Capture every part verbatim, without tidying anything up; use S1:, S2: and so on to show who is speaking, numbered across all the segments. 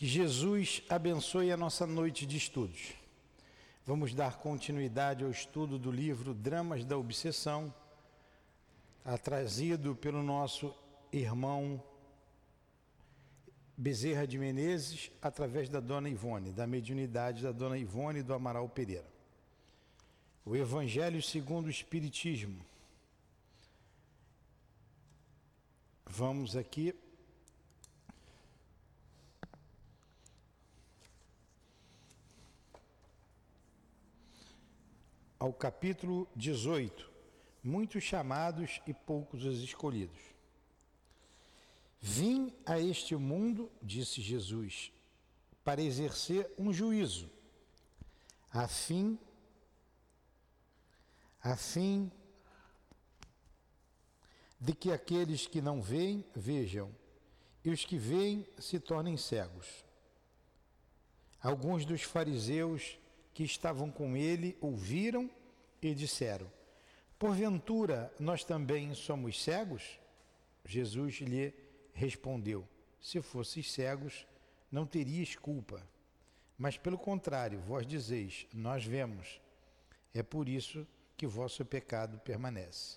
S1: Que Jesus abençoe a nossa noite de estudos. Vamos dar continuidade ao estudo do livro Dramas da Obsessão, trazido pelo nosso irmão Bezerra de Menezes, através da Dona Ivone, da mediunidade da Dona Ivone do Amaral Pereira. O Evangelho segundo o Espiritismo. Vamos aqui ao capítulo dezoito, muitos chamados e poucos os escolhidos. Vim a este mundo, disse Jesus, para exercer um juízo, a fim, a fim de que aqueles que não veem, vejam, e os que veem se tornem cegos. Alguns dos fariseus que estavam com ele ouviram e disseram: porventura nós também somos cegos? Jesus lhe respondeu: se fosseis cegos, não terias culpa. Mas pelo contrário, vós dizeis: nós vemos. É por isso que vosso pecado permanece.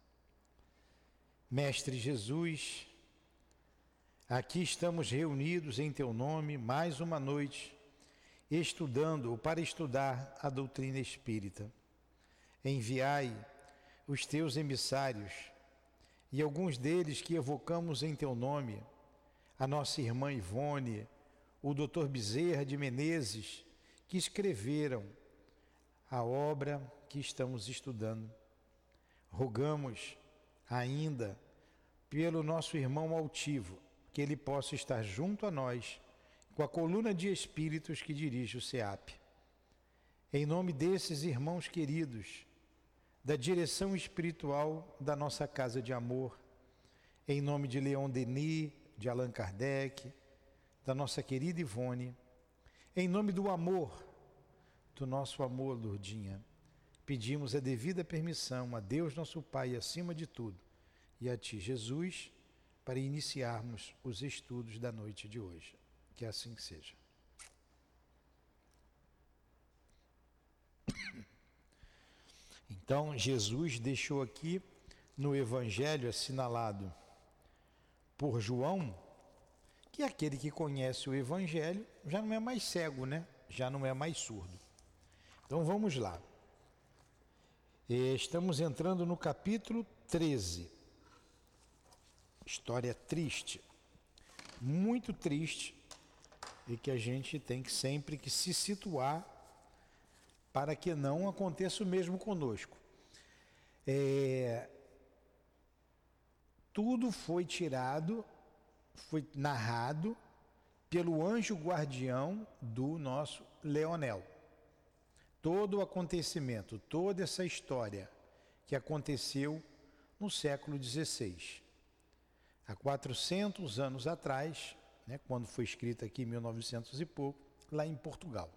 S1: Mestre Jesus, aqui estamos reunidos em teu nome mais uma noite, estudando ou para estudar a doutrina espírita. Enviai os teus emissários, e alguns deles que evocamos em teu nome, a nossa irmã Ivone, o doutor Bezerra de Menezes, que escreveram a obra que estamos estudando. Rogamos ainda pelo nosso irmão altivo, que ele possa estar junto a nós, com a coluna de espíritos que dirige o SEAP. Em nome desses irmãos queridos, da direção espiritual da nossa Casa de Amor, em nome de Leon Denis, de Allan Kardec, da nossa querida Ivone, em nome do amor, do nosso amor, Lourdinha, pedimos a devida permissão a Deus nosso Pai acima de tudo e a Ti, Jesus, para iniciarmos os estudos da noite de hoje. Que assim seja. Então, Jesus deixou aqui no Evangelho assinalado por João que aquele que conhece o Evangelho já não é mais cego, né? Já não é mais surdo. Então vamos lá. Estamos entrando no capítulo treze. História triste, muito triste, e que a gente tem que sempre que se situar para que não aconteça o mesmo conosco. É, tudo foi tirado, foi narrado pelo anjo guardião do nosso Leonel. Todo o acontecimento, toda essa história que aconteceu no século dezesseis. Há quatrocentos anos atrás, né, quando foi escrita aqui em mil e novecentos e pouco, lá em Portugal.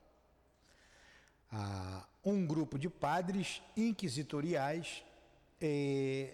S1: Ah, um grupo de padres inquisitoriais eh,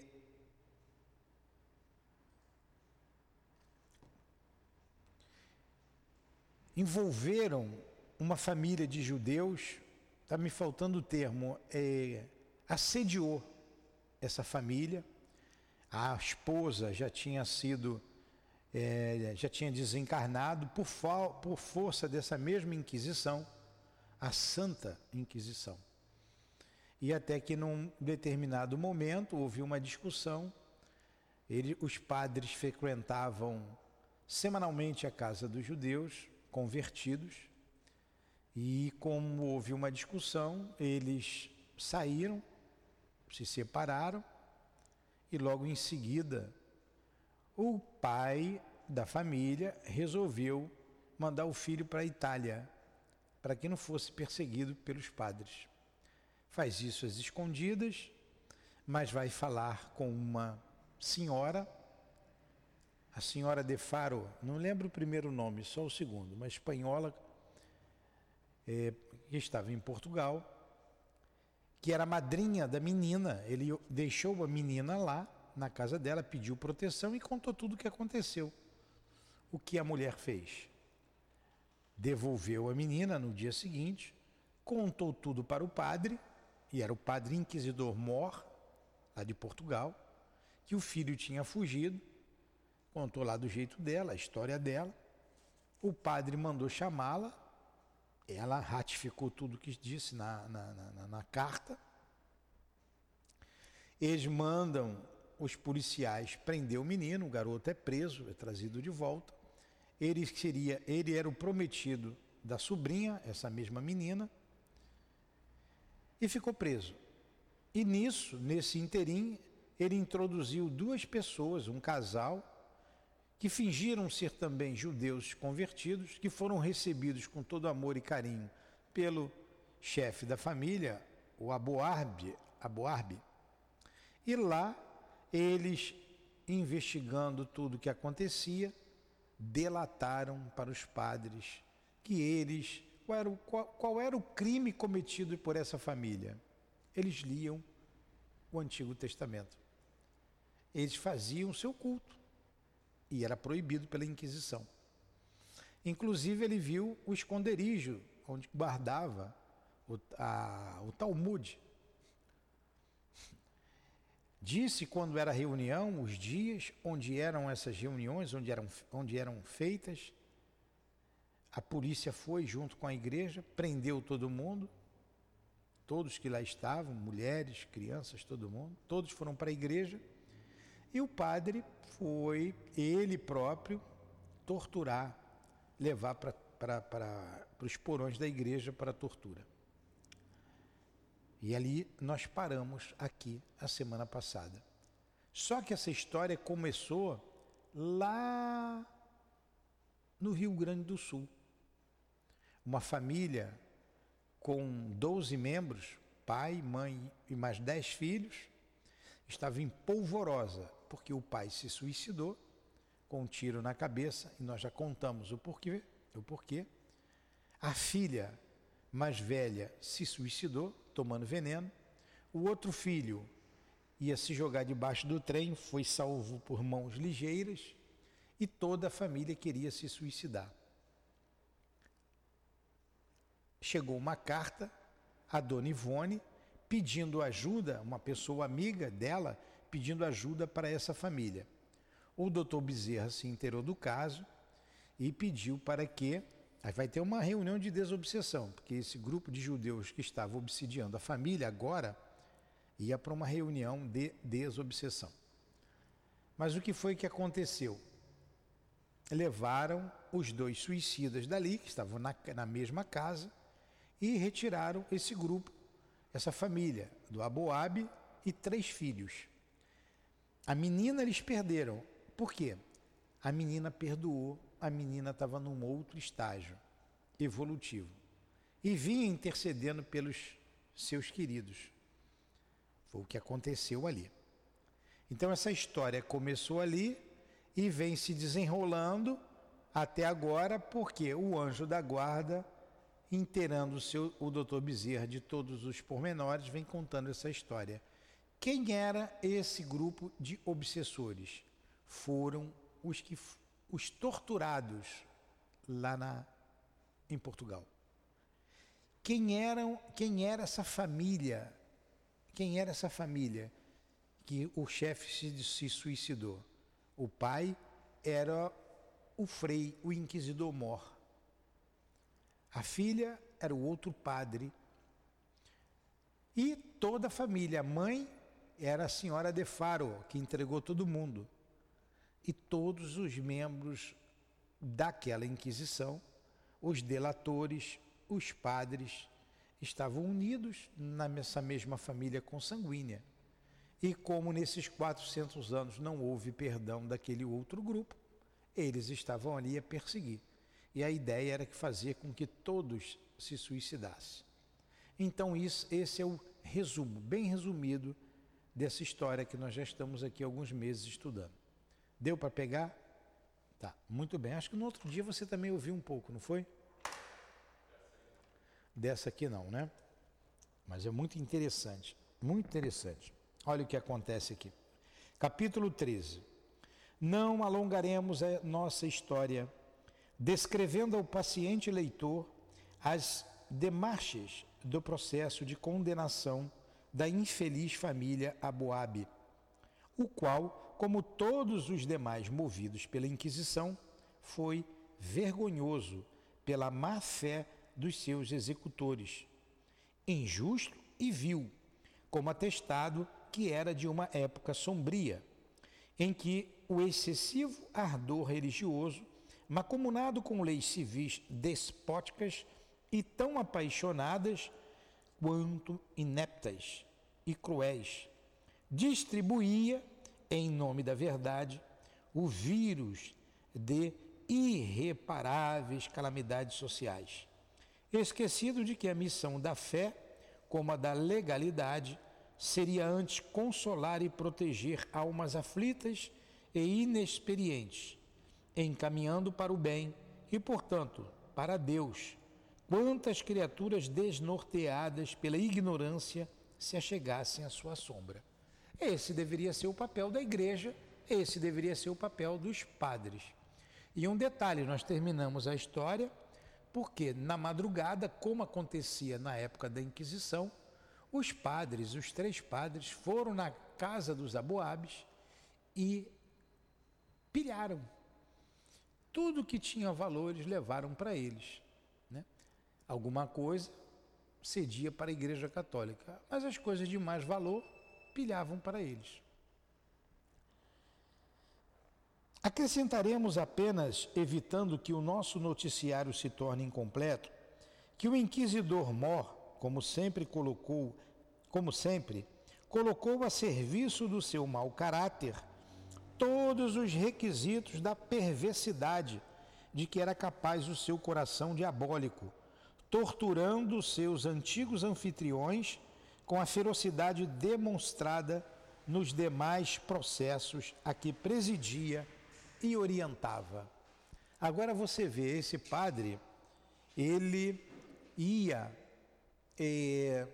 S1: envolveram uma família de judeus, está me faltando o termo, eh, assediou essa família. A esposa já tinha sido, eh, já tinha desencarnado por, por força dessa mesma Inquisição, a Santa Inquisição. E até que num determinado momento houve uma discussão, ele, os padres frequentavam semanalmente a casa dos judeus convertidos, e como houve uma discussão, eles saíram, se separaram, e logo em seguida o pai da família resolveu mandar o filho para a Itália, para que não fosse perseguido pelos padres. Faz isso às escondidas, mas vai falar com uma senhora, a senhora de Faro, não lembro o primeiro nome, só o segundo, uma espanhola, é, que estava em Portugal, que era a madrinha da menina. Ele deixou a menina lá na casa dela, pediu proteção e contou tudo o que aconteceu. O que a mulher fez? Devolveu a menina no dia seguinte, contou tudo para o padre, e era o padre inquisidor Mor, lá de Portugal, que o filho tinha fugido, contou lá do jeito dela, a história dela. O padre mandou chamá-la, ela ratificou tudo que disse na, na, na, na carta. Eles mandam os policiais prender o menino, o garoto é preso, é trazido de volta. Ele, seria, ele era o prometido da sobrinha, essa mesma menina, e ficou preso. E nisso, nesse interim, ele introduziu duas pessoas, um casal, que fingiram ser também judeus convertidos, que foram recebidos com todo amor e carinho pelo chefe da família, o Aboarbe, Aboarbe. E lá, eles, investigando tudo o que acontecia, delataram para os padres que eles, qual era, o, qual, qual era o crime cometido por essa família? Eles liam o Antigo Testamento. Eles faziam o seu culto e era proibido pela Inquisição. Inclusive ele viu o esconderijo onde guardava o, a, o Talmud. Disse quando era reunião, os dias onde eram essas reuniões, onde eram, onde eram feitas. A polícia foi junto com a igreja, prendeu todo mundo, todos que lá estavam, mulheres, crianças, todo mundo, todos foram para a igreja. E o padre foi, ele próprio, torturar, levar para, para, para, para os porões da igreja para a tortura. E ali nós paramos aqui a semana passada. Só que essa história começou lá no Rio Grande do Sul. Uma família com doze membros, pai, mãe e mais dez filhos, estava em polvorosa, porque o pai se suicidou com um tiro na cabeça, e nós já contamos o porquê, o porquê. A filha mais velha se suicidou, tomando veneno. O outro filho ia se jogar debaixo do trem, foi salvo por mãos ligeiras, e toda a família queria se suicidar. Chegou uma carta a dona Ivone pedindo ajuda, uma pessoa amiga dela pedindo ajuda para essa família. O doutor Bezerra se inteirou do caso e pediu para que... Aí vai ter uma reunião de desobsessão, porque esse grupo de judeus que estava obsidiando a família agora ia para uma reunião de desobsessão. Mas o que foi que aconteceu? Levaram os dois suicidas dali, que estavam na, na mesma casa, e retiraram esse grupo, essa família, do Aboabe e três filhos. A menina eles perderam. Por quê? A menina perdoou, a menina estava num outro estágio evolutivo e vinha intercedendo pelos seus queridos. Foi o que aconteceu ali. Então essa história começou ali e vem se desenrolando até agora, porque o anjo da guarda, inteirando o, seu, o doutor Bezerra de todos os pormenores, vem contando essa história. Quem era esse grupo de obsessores? Foram os, que, os torturados lá na, em Portugal. Quem, eram, quem era essa família? Quem era essa família que o chefe se, se suicidou? O pai era o frei, o inquisidor Mor. A filha era o outro padre. E toda a família. A mãe era a senhora de Faro, que entregou todo mundo. E todos os membros daquela Inquisição, os delatores, os padres, estavam unidos nessa mesma família consanguínea. E como nesses quatrocentos anos não houve perdão daquele outro grupo, eles estavam ali a perseguir. E a ideia era que fazer com que todos se suicidassem. Então isso, esse é o resumo, bem resumido, dessa história que nós já estamos aqui há alguns meses estudando. Deu para pegar? Tá, muito bem. Acho que no outro dia você também ouviu um pouco, não foi? Dessa aqui não, né? Mas é muito interessante, muito interessante. Olha o que acontece aqui. Capítulo treze. Não alongaremos a nossa história, descrevendo ao paciente leitor as demarches do processo de condenação da infeliz família Aboabe, o qual, como todos os demais movidos pela Inquisição, foi vergonhoso pela má-fé dos seus executores, injusto e vil, como atestado que era de uma época sombria, em que o excessivo ardor religioso, mancomunado com leis civis despóticas e tão apaixonadas quanto ineptas e cruéis, distribuía, em nome da verdade, o vírus de irreparáveis calamidades sociais, esquecido de que a missão da fé, como a da legalidade, seria antes consolar e proteger almas aflitas e inexperientes, encaminhando para o bem e, portanto, para Deus, quantas criaturas desnorteadas pela ignorância se achegassem à sua sombra. Esse deveria ser o papel da igreja, esse deveria ser o papel dos padres. E um detalhe, nós terminamos a história porque na madrugada, como acontecia na época da Inquisição, os padres, os três padres, foram na casa dos Aboabes e pilharam. Tudo que tinha valor eles levaram para eles, né? Alguma coisa cedia para a Igreja Católica, mas as coisas de mais valor pilhavam para eles. Acrescentaremos apenas, evitando que o nosso noticiário se torne incompleto, que o inquisidor Mor, como sempre colocou, como sempre, colocou a serviço do seu mau caráter todos os requisitos da perversidade de que era capaz o seu coração diabólico, torturando seus antigos anfitriões com a ferocidade demonstrada nos demais processos a que presidia e orientava. Agora você vê, esse padre, ele ia eh,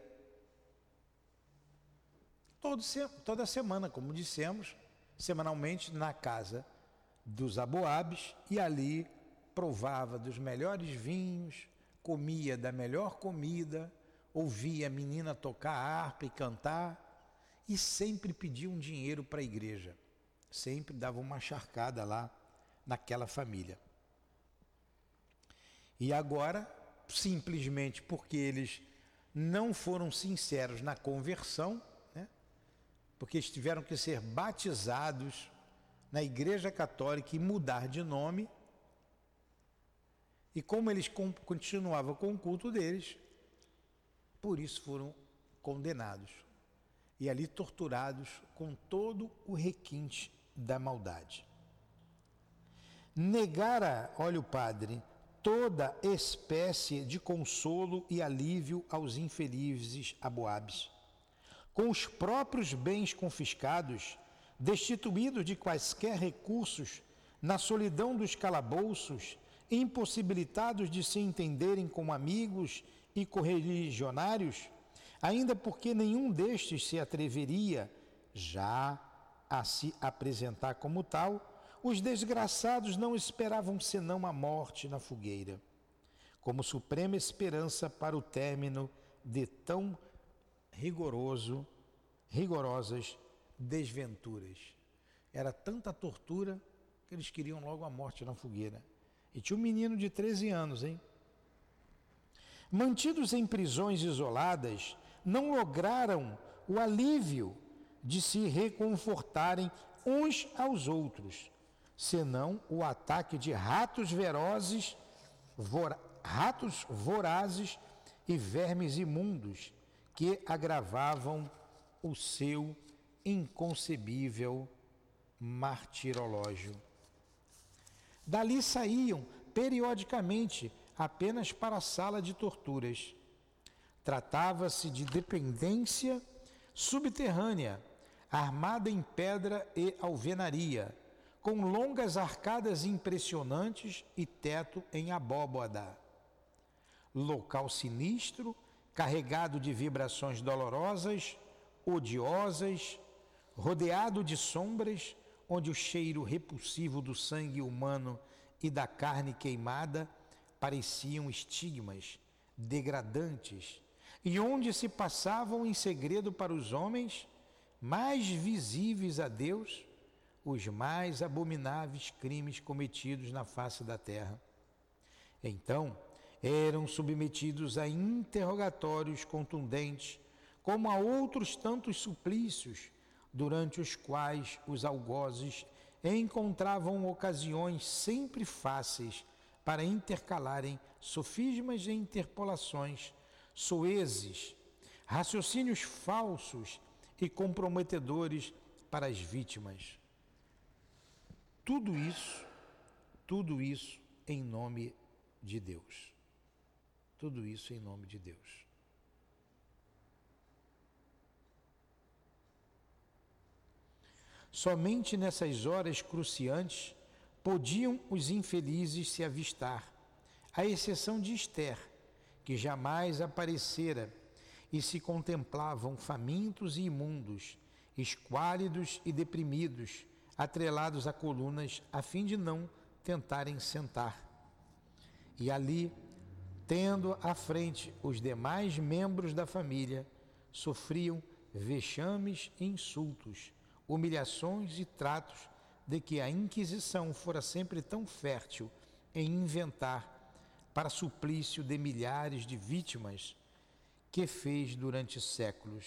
S1: todo, toda semana, como dissemos, semanalmente na casa dos Aboabes e ali provava dos melhores vinhos, comia da melhor comida, ouvia a menina tocar harpa e cantar e sempre pedia um dinheiro para a igreja. Sempre dava uma charcada lá naquela família. E agora, simplesmente porque eles não foram sinceros na conversão, né? Porque eles tiveram que ser batizados na Igreja Católica e mudar de nome, e como eles continuavam com o culto deles, por isso foram condenados e ali torturados com todo o requinte da maldade. Negara, olha o padre, toda espécie de consolo e alívio aos infelizes Aboabes. Com os próprios bens confiscados, destituídos de quaisquer recursos, na solidão dos calabouços, impossibilitados de se entenderem como amigos e correligionários, ainda porque nenhum destes se atreveria já a se apresentar como tal, os desgraçados não esperavam senão a morte na fogueira, como suprema esperança para o término de tão rigoroso, rigorosas desventuras. Era tanta tortura que eles queriam logo a morte na fogueira. E tinha um menino de treze anos, hein? Mantidos em prisões isoladas, não lograram o alívio de se reconfortarem uns aos outros, senão o ataque de ratos ferozes, vor, ratos vorazes e vermes imundos que agravavam o seu inconcebível martirológio. Dali saíam periodicamente apenas para a sala de torturas. Tratava-se de dependência subterrânea, armada em pedra e alvenaria, com longas arcadas impressionantes e teto em abóbada. Local sinistro, carregado de vibrações dolorosas, odiosas, rodeado de sombras, onde o cheiro repulsivo do sangue humano e da carne queimada pareciam estigmas degradantes, e onde se passavam em segredo para os homens, mais visíveis a Deus, os mais abomináveis crimes cometidos na face da terra. Então, eram submetidos a interrogatórios contundentes, como a outros tantos suplícios, durante os quais os algozes encontravam ocasiões sempre fáceis para intercalarem sofismas e interpolações soezes, raciocínios falsos e comprometedores para as vítimas. Tudo isso, tudo isso em nome de Deus. Tudo isso em nome de Deus. Somente nessas horas cruciantes podiam os infelizes se avistar, à exceção de Esther, que jamais aparecera, e se contemplavam famintos e imundos, esquálidos e deprimidos, atrelados a colunas, a fim de não tentarem sentar. E ali, tendo à frente os demais membros da família, sofriam vexames e insultos, humilhações e tratos de que a Inquisição fora sempre tão fértil em inventar para suplício de milhares de vítimas que fez durante séculos.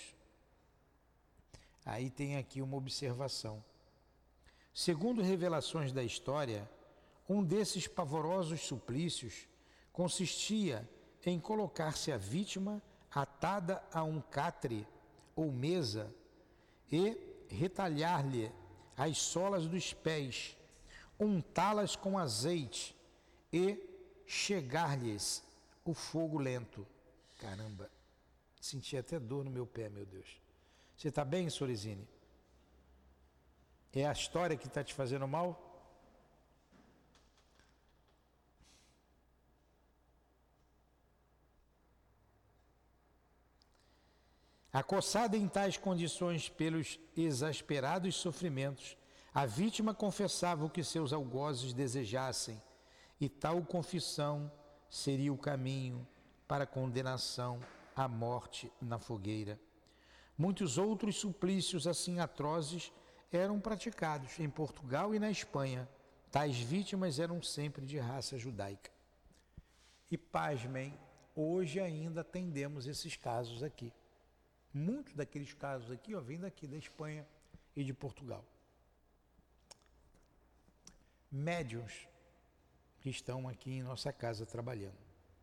S1: Aí tem aqui uma observação. Segundo revelações da história, um desses pavorosos suplícios consistia em colocar-se a vítima atada a um catre ou mesa e retalhar-lhe as solas dos pés, untá-las com azeite e chegar-lhes o fogo lento. Caramba, senti até dor no meu pé, meu Deus. Você está bem, Sorizine? É a história que está te fazendo mal? Acossada em tais condições pelos exasperados sofrimentos, a vítima confessava o que seus algozes desejassem, e tal confissão seria o caminho para a condenação à morte na fogueira. Muitos outros suplícios assim atrozes eram praticados em Portugal e na Espanha. Tais vítimas eram sempre de raça judaica. E pasmem, hoje ainda atendemos esses casos aqui. Muitos daqueles casos aqui, ó, vêm daqui da Espanha e de Portugal. Médiuns que estão aqui em nossa casa trabalhando.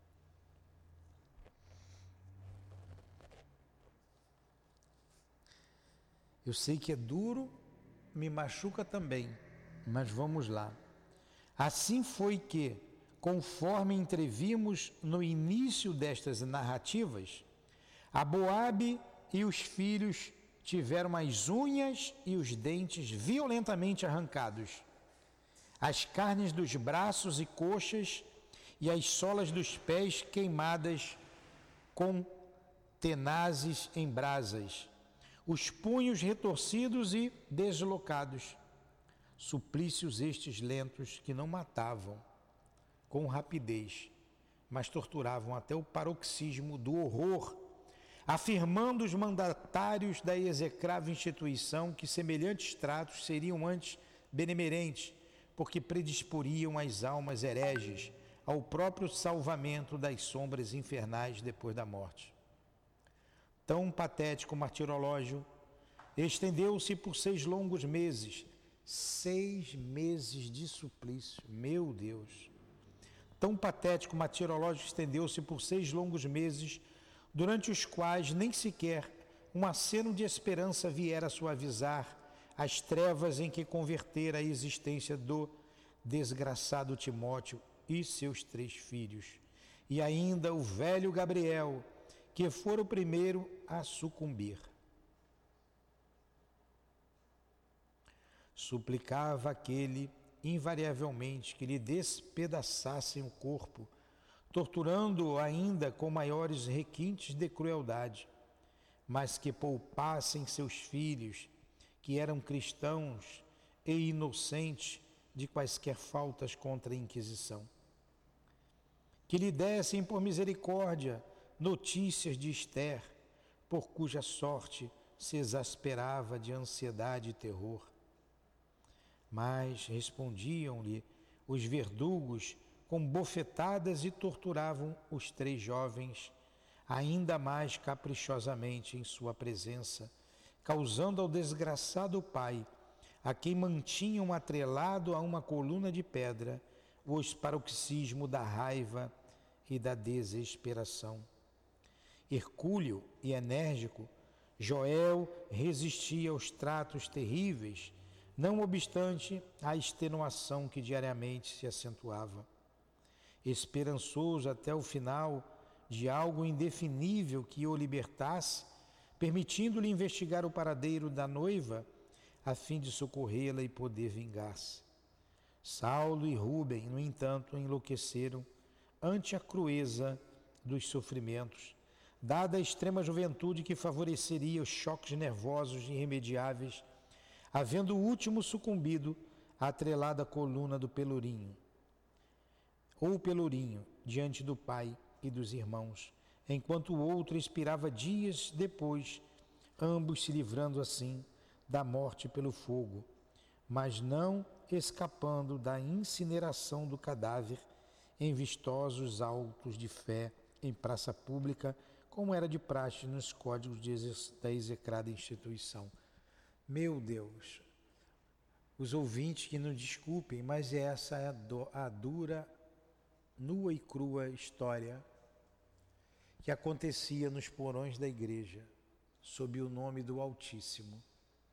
S1: Eu sei que é duro, me machuca também, mas vamos lá. Assim foi que, conforme entrevimos no início destas narrativas, Aboabe e os filhos tiveram as unhas e os dentes violentamente arrancados, as carnes dos braços e coxas e as solas dos pés queimadas com tenazes em brasas, os punhos retorcidos e deslocados. Suplícios estes lentos que não matavam com rapidez, mas torturavam até o paroxismo do horror, afirmando os mandatários da execrável instituição que semelhantes tratos seriam antes benemerentes, porque predisporiam as almas hereges ao próprio salvamento das sombras infernais depois da morte. Tão patético martirológio estendeu-se por seis longos meses, seis meses de suplício, meu Deus. Tão patético martirológio estendeu-se por seis longos meses, durante os quais nem sequer um aceno de esperança viera suavizar as trevas em que convertera a existência do desgraçado Timóteo e seus três filhos, e ainda o velho Gabriel, que fora o primeiro a sucumbir. Suplicava aquele, invariavelmente, que lhe despedaçassem o corpo, torturando-o ainda com maiores requintes de crueldade, mas que poupassem seus filhos, que eram cristãos e inocentes, de quaisquer faltas contra a Inquisição. Que lhe dessem, por misericórdia, notícias de Esther, por cuja sorte se exasperava de ansiedade e terror. Mas respondiam-lhe os verdugos com bofetadas e torturavam os três jovens ainda mais caprichosamente em sua presença, causando ao desgraçado pai, a quem mantinham atrelado a uma coluna de pedra, o paroxismo da raiva e da desesperação. Hercúleo e enérgico, Joel resistia aos tratos terríveis, não obstante a extenuação que diariamente se acentuava. Esperançoso até o final de algo indefinível que o libertasse, permitindo-lhe investigar o paradeiro da noiva, a fim de socorrê-la e poder vingar-se. Saulo e Rubem, no entanto, enlouqueceram ante a crueza dos sofrimentos, dada a extrema juventude que favoreceria os choques nervosos irremediáveis, havendo o último sucumbido à atrelada coluna do Pelourinho, ou Pelourinho, diante do pai e dos irmãos, enquanto o outro expirava dias depois, ambos se livrando assim da morte pelo fogo, mas não escapando da incineração do cadáver em vistosos autos de fé em praça pública, como era de praxe nos códigos da execrada instituição. Meu Deus, os ouvintes que nos desculpem, mas essa é a, do, a dura, nua e crua história que acontecia nos porões da igreja, sob o nome do Altíssimo.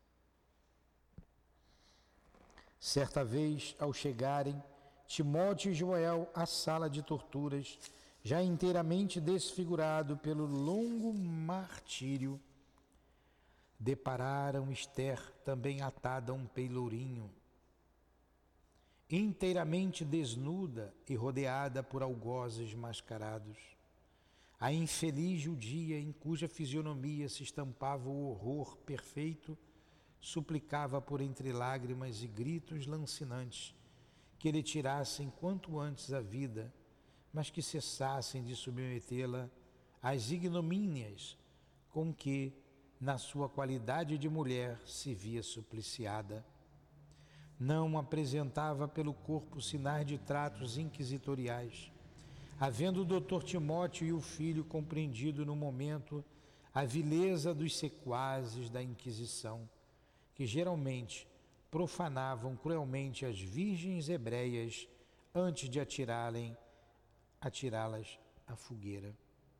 S1: Certa vez, ao chegarem Timóteo e Joel à sala de torturas, já inteiramente desfigurado pelo longo martírio, depararam Esther também atada a um pelourinho, inteiramente desnuda e rodeada por algozes mascarados. A infeliz judia, em cuja fisionomia se estampava o horror perfeito, suplicava por entre lágrimas e gritos lancinantes que lhe tirassem quanto antes a vida, mas que cessassem de submetê-la às ignomínias com que, na sua qualidade de mulher, se via supliciada. Não apresentava pelo corpo sinais de tratos inquisitoriais, havendo o doutor Timóteo e o filho compreendido no momento a vileza dos sequazes da Inquisição, que geralmente profanavam cruelmente as virgens hebreias antes de atirá-las atirá-las à fogueira.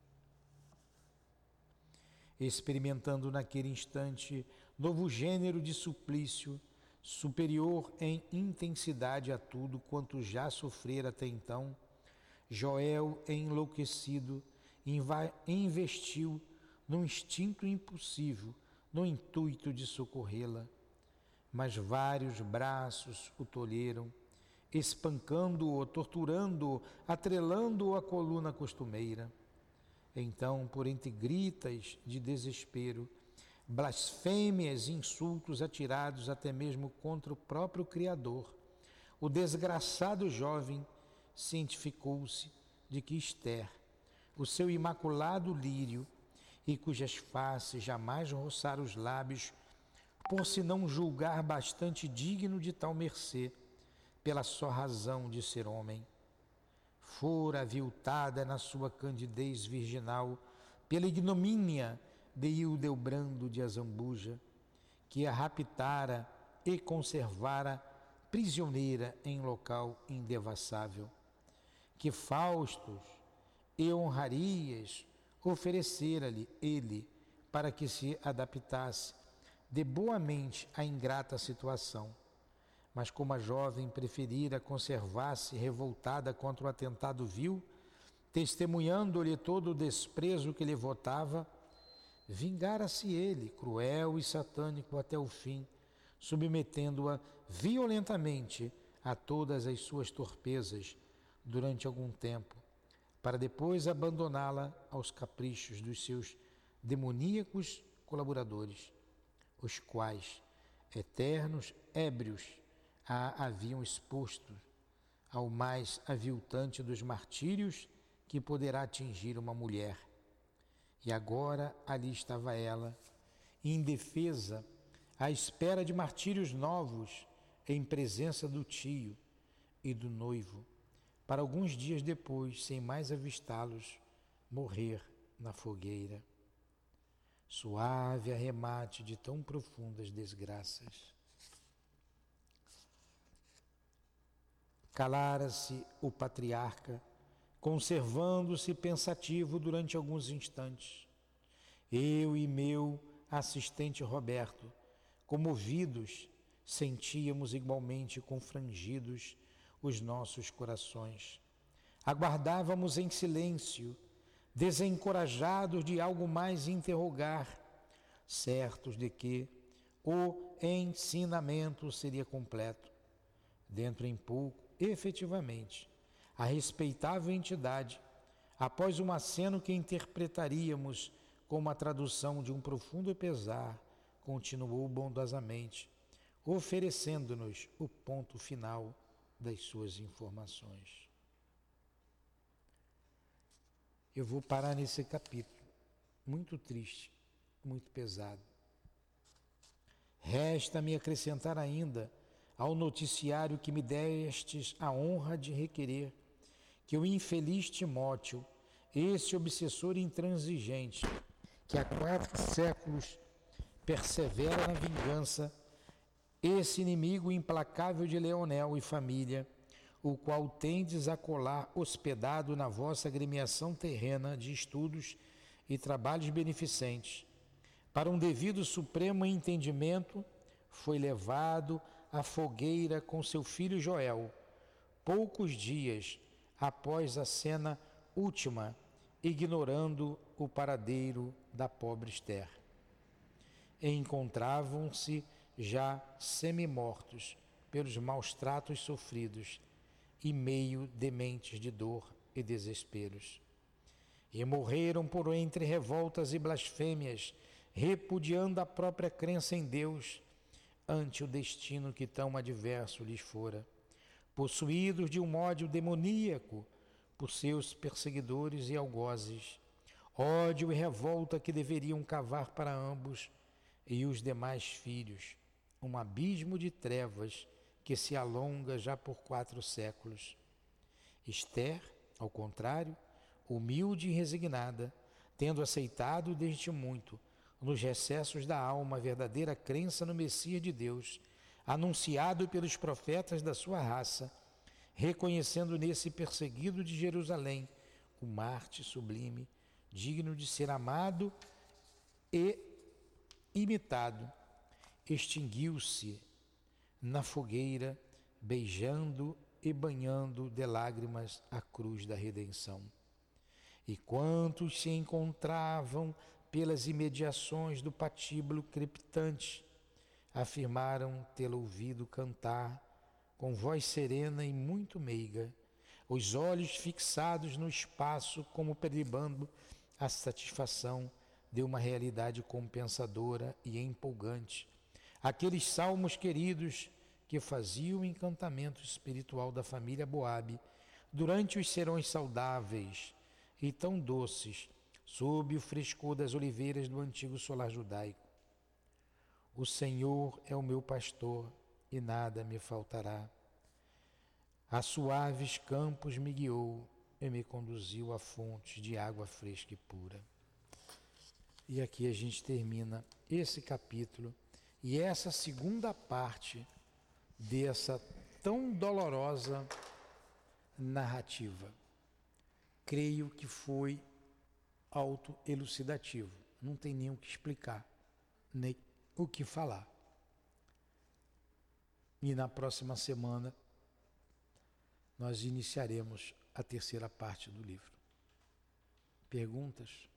S1: Experimentando naquele instante novo gênero de suplício, superior em intensidade a tudo quanto já sofrera até então, Joel, enlouquecido, investiu num instinto impossível, no intuito de socorrê-la. Mas vários braços o tolheram, espancando-o, torturando-o, atrelando-o à coluna costumeira. Então, por entre gritas de desespero, blasfêmias e insultos atirados até mesmo contra o próprio Criador, o desgraçado jovem cientificou-se de que Esther, o seu imaculado lírio, e cujas faces jamais roçaram os lábios, por se não julgar bastante digno de tal mercê, pela só razão de ser homem, fora aviltada na sua candidez virginal pela ignomínia de Hildebrando de Azambuja, que a raptara e conservara prisioneira em local indevassável, que Faustos e honrarias oferecera-lhe ele para que se adaptasse de boamente à ingrata situação. Mas como a jovem preferira conservar-se revoltada contra o atentado vil, testemunhando-lhe todo o desprezo que lhe votava, vingara-se ele, cruel e satânico até o fim, submetendo-a violentamente a todas as suas torpezas durante algum tempo, para depois abandoná-la aos caprichos dos seus demoníacos colaboradores, os quais, eternos ébrios, a haviam exposto ao mais aviltante dos martírios que poderá atingir uma mulher. E agora ali estava ela, indefesa, à espera de martírios novos, em presença do tio e do noivo, para alguns dias depois, sem mais avistá-los, morrer na fogueira. Suave arremate de tão profundas desgraças. Calara-se o patriarca, conservando-se pensativo durante alguns instantes. Eu e meu assistente Roberto, comovidos, sentíamos igualmente confrangidos os nossos corações. Aguardávamos em silêncio, desencorajados de algo mais interrogar, certos de que o ensinamento seria completo. Dentro em pouco, efetivamente, a respeitável entidade, após um aceno que interpretaríamos como a tradução de um profundo pesar, continuou bondosamente, oferecendo-nos o ponto final das suas informações. Eu vou parar nesse capítulo, muito triste, muito pesado. Resta-me acrescentar ainda ao noticiário que me destes a honra de requerer que o infeliz Timóteo, esse obsessor intransigente, que há quatro séculos persevera na vingança, esse inimigo implacável de Leonel e família, o qual tendes a colar hospedado na vossa agremiação terrena de estudos e trabalhos beneficentes, para um devido supremo entendimento, foi levado à fogueira com seu filho Joel, poucos dias após a cena última, ignorando o paradeiro da pobre Esther. Encontravam-se já semi-mortos pelos maus tratos sofridos e meio dementes de dor e desesperos. E morreram por entre revoltas e blasfêmias, repudiando a própria crença em Deus ante o destino que tão adverso lhes fora, possuídos de um ódio demoníaco por seus perseguidores e algozes, ódio e revolta que deveriam cavar para ambos e os demais filhos um abismo de trevas que se alonga já por quatro séculos. Esther, ao contrário, humilde e resignada, tendo aceitado desde muito, nos recessos da alma, a verdadeira crença no Messias de Deus, anunciado pelos profetas da sua raça, reconhecendo nesse perseguido de Jerusalém o Marte sublime, digno de ser amado e imitado, extinguiu-se na fogueira, beijando e banhando de lágrimas a cruz da redenção. E quantos se encontravam pelas imediações do patíbulo crepitante, afirmaram tê-lo ouvido cantar com voz serena e muito meiga, os olhos fixados no espaço como peribando a satisfação de uma realidade compensadora e empolgante. Aqueles salmos queridos que faziam o encantamento espiritual da família Boabe durante os serões saudáveis e tão doces sob o frescor das oliveiras do antigo solar judaico. O Senhor é o meu pastor e nada me faltará. A suaves campos me guiou e me conduziu a fontes de água fresca e pura. E aqui a gente termina esse capítulo e essa segunda parte dessa tão dolorosa narrativa. Creio que foi autoelucidativo, não tem nem o que explicar, nem o que falar. E na próxima semana nós iniciaremos a terceira parte do livro. Perguntas?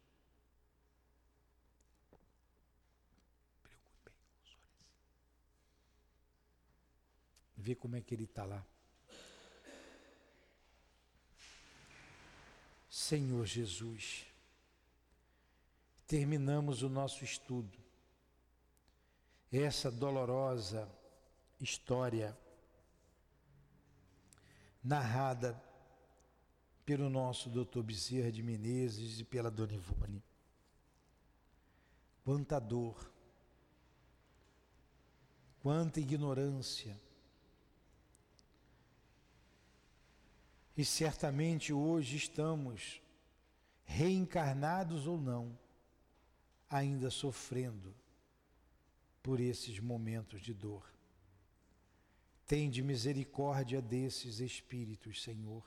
S1: Vê como é que ele está lá. Senhor Jesus, terminamos o nosso estudo. Essa dolorosa história narrada pelo nosso doutor Bezerra de Menezes e pela Dona Ivone. Quanta dor, quanta ignorância. E certamente hoje estamos, reencarnados ou não, ainda sofrendo por esses momentos de dor. Tende misericórdia desses espíritos, Senhor.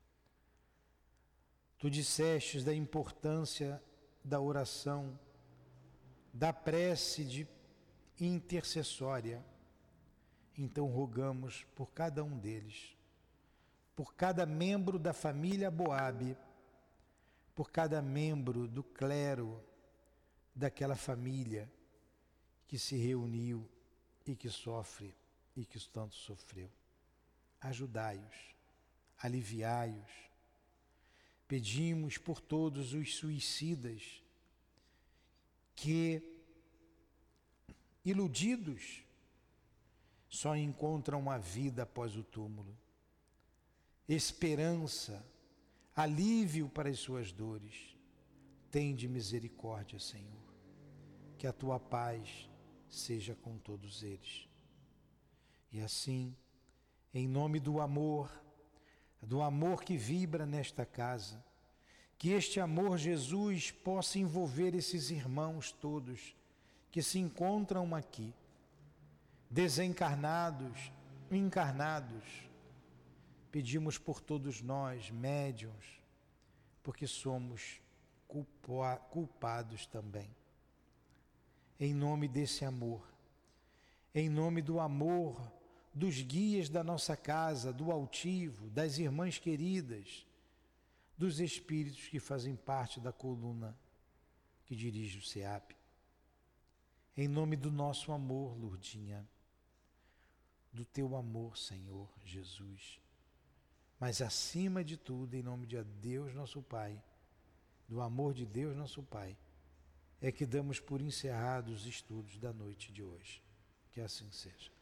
S1: Tu dissestes da importância da oração, da prece de intercessória. Então rogamos por cada um deles, por cada membro da família Boabe, por cada membro do clero daquela família que se reuniu e que sofre e que tanto sofreu. Ajudai-os, aliviai-os. Pedimos por todos os suicidas que, iludidos, só encontram a vida após o túmulo, esperança, alívio para as suas dores. Tende misericórdia, Senhor, que a tua paz seja com todos eles. E assim, em nome do amor, do amor que vibra nesta casa, que este amor, Jesus, possa envolver esses irmãos todos que se encontram aqui, desencarnados, encarnados. Pedimos por todos nós, médiuns, porque somos culpa- culpados também. Em nome desse amor, em nome do amor dos guias da nossa casa, do altivo, das irmãs queridas, dos espíritos que fazem parte da coluna que dirige o SEAP. Em nome do nosso amor, Lourdinha, do teu amor, Senhor Jesus, mas acima de tudo, em nome de Deus nosso Pai, do amor de Deus nosso Pai, é que damos por encerrados os estudos da noite de hoje. Que assim seja.